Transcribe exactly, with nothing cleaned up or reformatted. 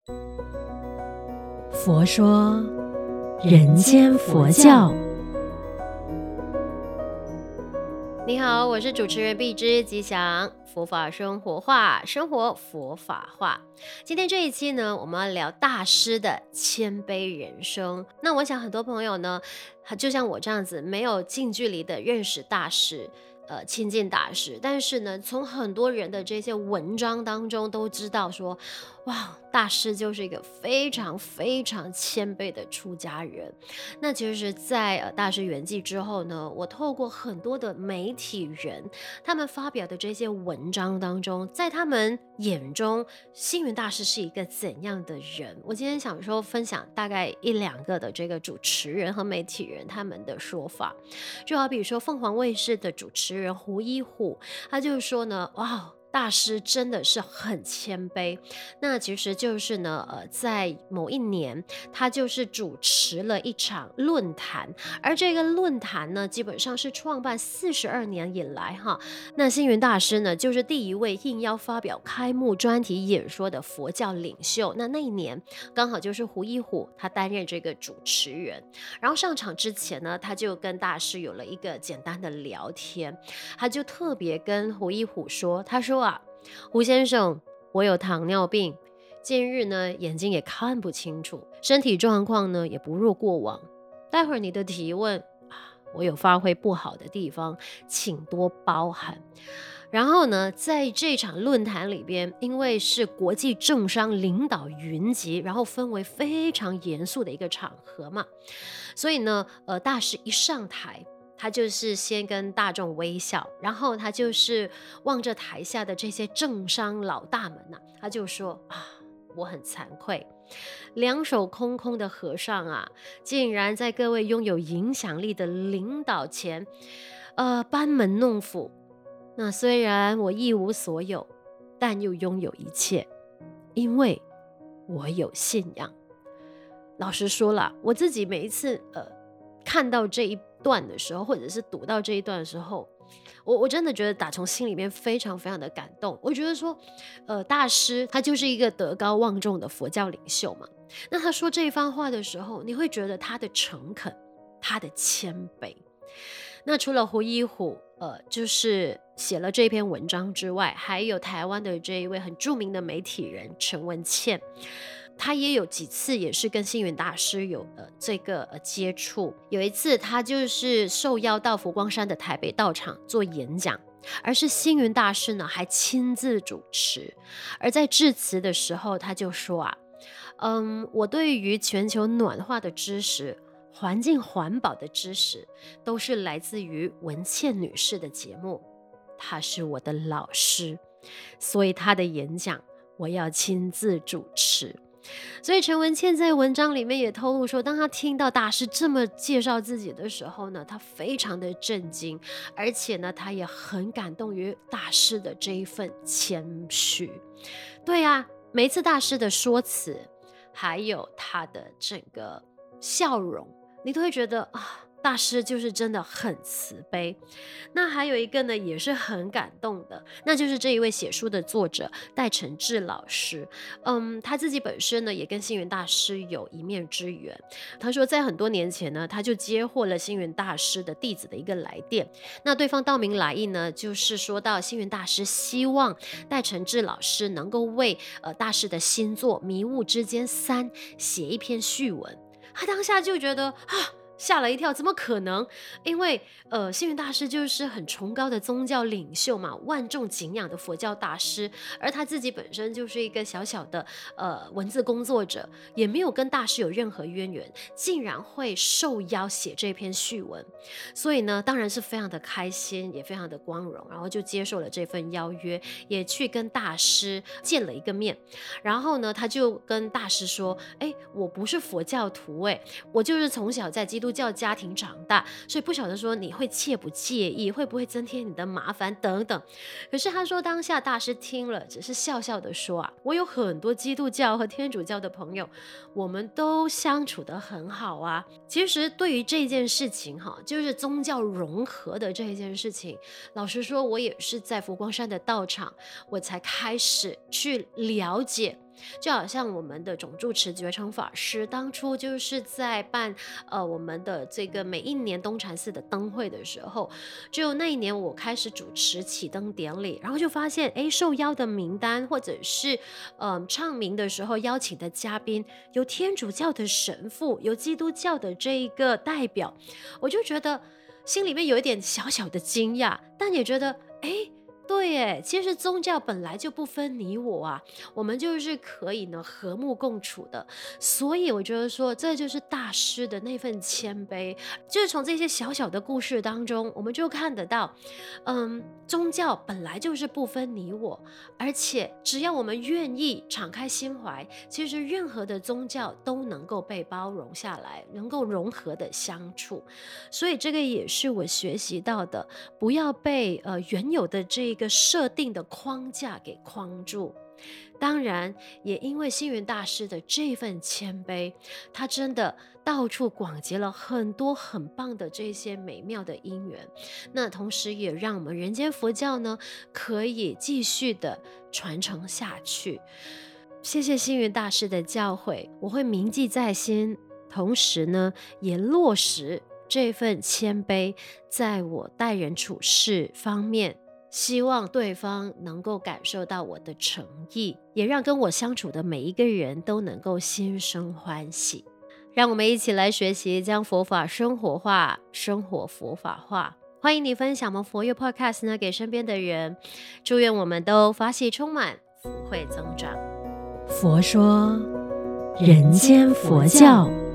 佛说人间佛教。 你好，我是主持人碧芝，吉祥佛法生活化，生活佛法化。今天这一期呢，我们要聊大师的谦卑人生。那我想很多朋友呢，就像我这样子，没有近距离的认识大师，呃，亲近大师，但是呢，从很多人的这些文章当中都知道说，哇，大师就是一个非常非常谦卑的出家人。那其实在呃大师圆寂之后呢，我透过很多的媒体人他们发表的这些文章当中，在他们眼中星云大师是一个怎样的人，我今天想说分享大概一两个的这个主持人和媒体人他们的说法。就好比说凤凰卫视的主持人胡一虎，他就说呢，哇，大师真的是很谦卑。那其实就是呢，呃，在某一年，他就是主持了一场论坛，而这个论坛呢，基本上是创办四十二年以来哈，那星云大师呢，就是第一位应邀发表开幕专题演说的佛教领袖。那那一年刚好就是胡一虎他担任这个主持人，然后上场之前呢，他就跟大师有了一个简单的聊天，他就特别跟胡一虎说，他说啊，胡先生，我有糖尿病，近日呢眼睛也看不清楚，身体状况呢也不若过往，待会儿你的提问我有发挥不好的地方，请多包涵。然后呢，在这场论坛里边，因为是国际政商领导云集，然后氛围非常严肃的一个场合嘛，所以呢，呃，大师一上台，他就是先跟大众微笑，然后他就是望着台下的这些政商老大们啊，他就说啊，我很惭愧，两手空空的和尚啊，竟然在各位拥有影响力的领导前，呃，班门弄斧。那虽然我一无所有，但又拥有一切，因为我有信仰。老实说了，我自己每一次呃看到这一段的时候，或者是读到这一段的时候，我我真的觉得打从心里面非常非常的感动。我觉得说，呃，大师他就是一个德高望重的佛教领袖嘛。那他说这一番话的时候，你会觉得他的诚恳，他的谦卑。那除了胡一虎，呃，就是写了这篇文章之外，还有台湾的这一位很著名的媒体人陈文茜。他也有几次也是跟星云大师有呃这个呃接触，有一次他就是受邀到佛光山的台北道场做演讲，而是星云大师呢还亲自主持。而在致辞的时候，他就说啊，嗯，我对于全球暖化的知识、环境环保的知识，都是来自于文茜女士的节目，她是我的老师，所以她的演讲我要亲自主持。所以陈文茜在文章里面也透露说，当他听到大师这么介绍自己的时候呢，他非常的震惊，而且呢，他也很感动于大师的这一份谦虚。对啊，每一次大师的说辞，还有他的整个笑容，你都会觉得啊，大师就是真的很慈悲。那还有一个呢，也是很感动的，那就是这一位写书的作者戴承志老师。嗯，他自己本身呢，也跟星云大师有一面之缘。他说，在很多年前呢，他就接获了星云大师的弟子的一个来电。那对方道明来意呢，就是说到星云大师希望戴承志老师能够为呃大师的新作《迷雾之间三》写一篇序文。他当下就觉得啊，吓了一跳，怎么可能？因为呃，星云大师就是很崇高的宗教领袖嘛，万众敬仰的佛教大师，而他自己本身就是一个小小的呃文字工作者，也没有跟大师有任何渊源，竟然会受邀写这篇序文，所以呢，当然是非常的开心，也非常的光荣，然后就接受了这份邀约，也去跟大师见了一个面，然后呢，他就跟大师说：“哎，我不是佛教徒，哎，我就是从小在基督教家庭长大，所以不晓得说你会介不介意，会不会增添你的麻烦等等。”可是他说，当下大师听了，只是笑笑的说啊：“我有很多基督教和天主教的朋友，我们都相处得很好啊。”其实对于这件事情哈，就是宗教融合的这件事情，老实说，我也是在佛光山的道场，我才开始去了解就好像我们的总住持觉诚法师当初就是在办呃我们的这个每一年东禅寺的灯会的时候，就那一年我开始主持启灯典礼，然后就发现哎，受邀的名单或者是呃唱名的时候邀请的嘉宾，有天主教的神父，有基督教的这一个代表，我就觉得心里面有一点小小的惊讶，但也觉得哎，对耶，其实宗教本来就不分你我啊，我们就是可以呢和睦共处的。所以我觉得说，这就是大师的那份谦卑，就是从这些小小的故事当中，我们就看得到，嗯，宗教本来就是不分你我，而且只要我们愿意敞开心怀，其实任何的宗教都能够被包容下来，能够融合的相处。所以这个也是我学习到的，不要被呃原有的这个设定的框架给框住。当然也因为星云大师的这份谦卑，他真的到处广结了很多很棒的这些美妙的因缘，那同时也让我们人间佛教呢可以继续的传承下去。谢谢星云大师的教诲，我会铭记在心，同时呢也落实这份谦卑在我待人处事方面，希望对方能够感受到我的诚意，也让跟我相处的每一个人都能够心生欢喜。让我们一起来学习，将佛法生活化，生活佛法化。欢迎你分享我们佛乐 Podcast 呢给身边的人，祝愿我们都法喜充满，福慧增长。 佛说人间佛教。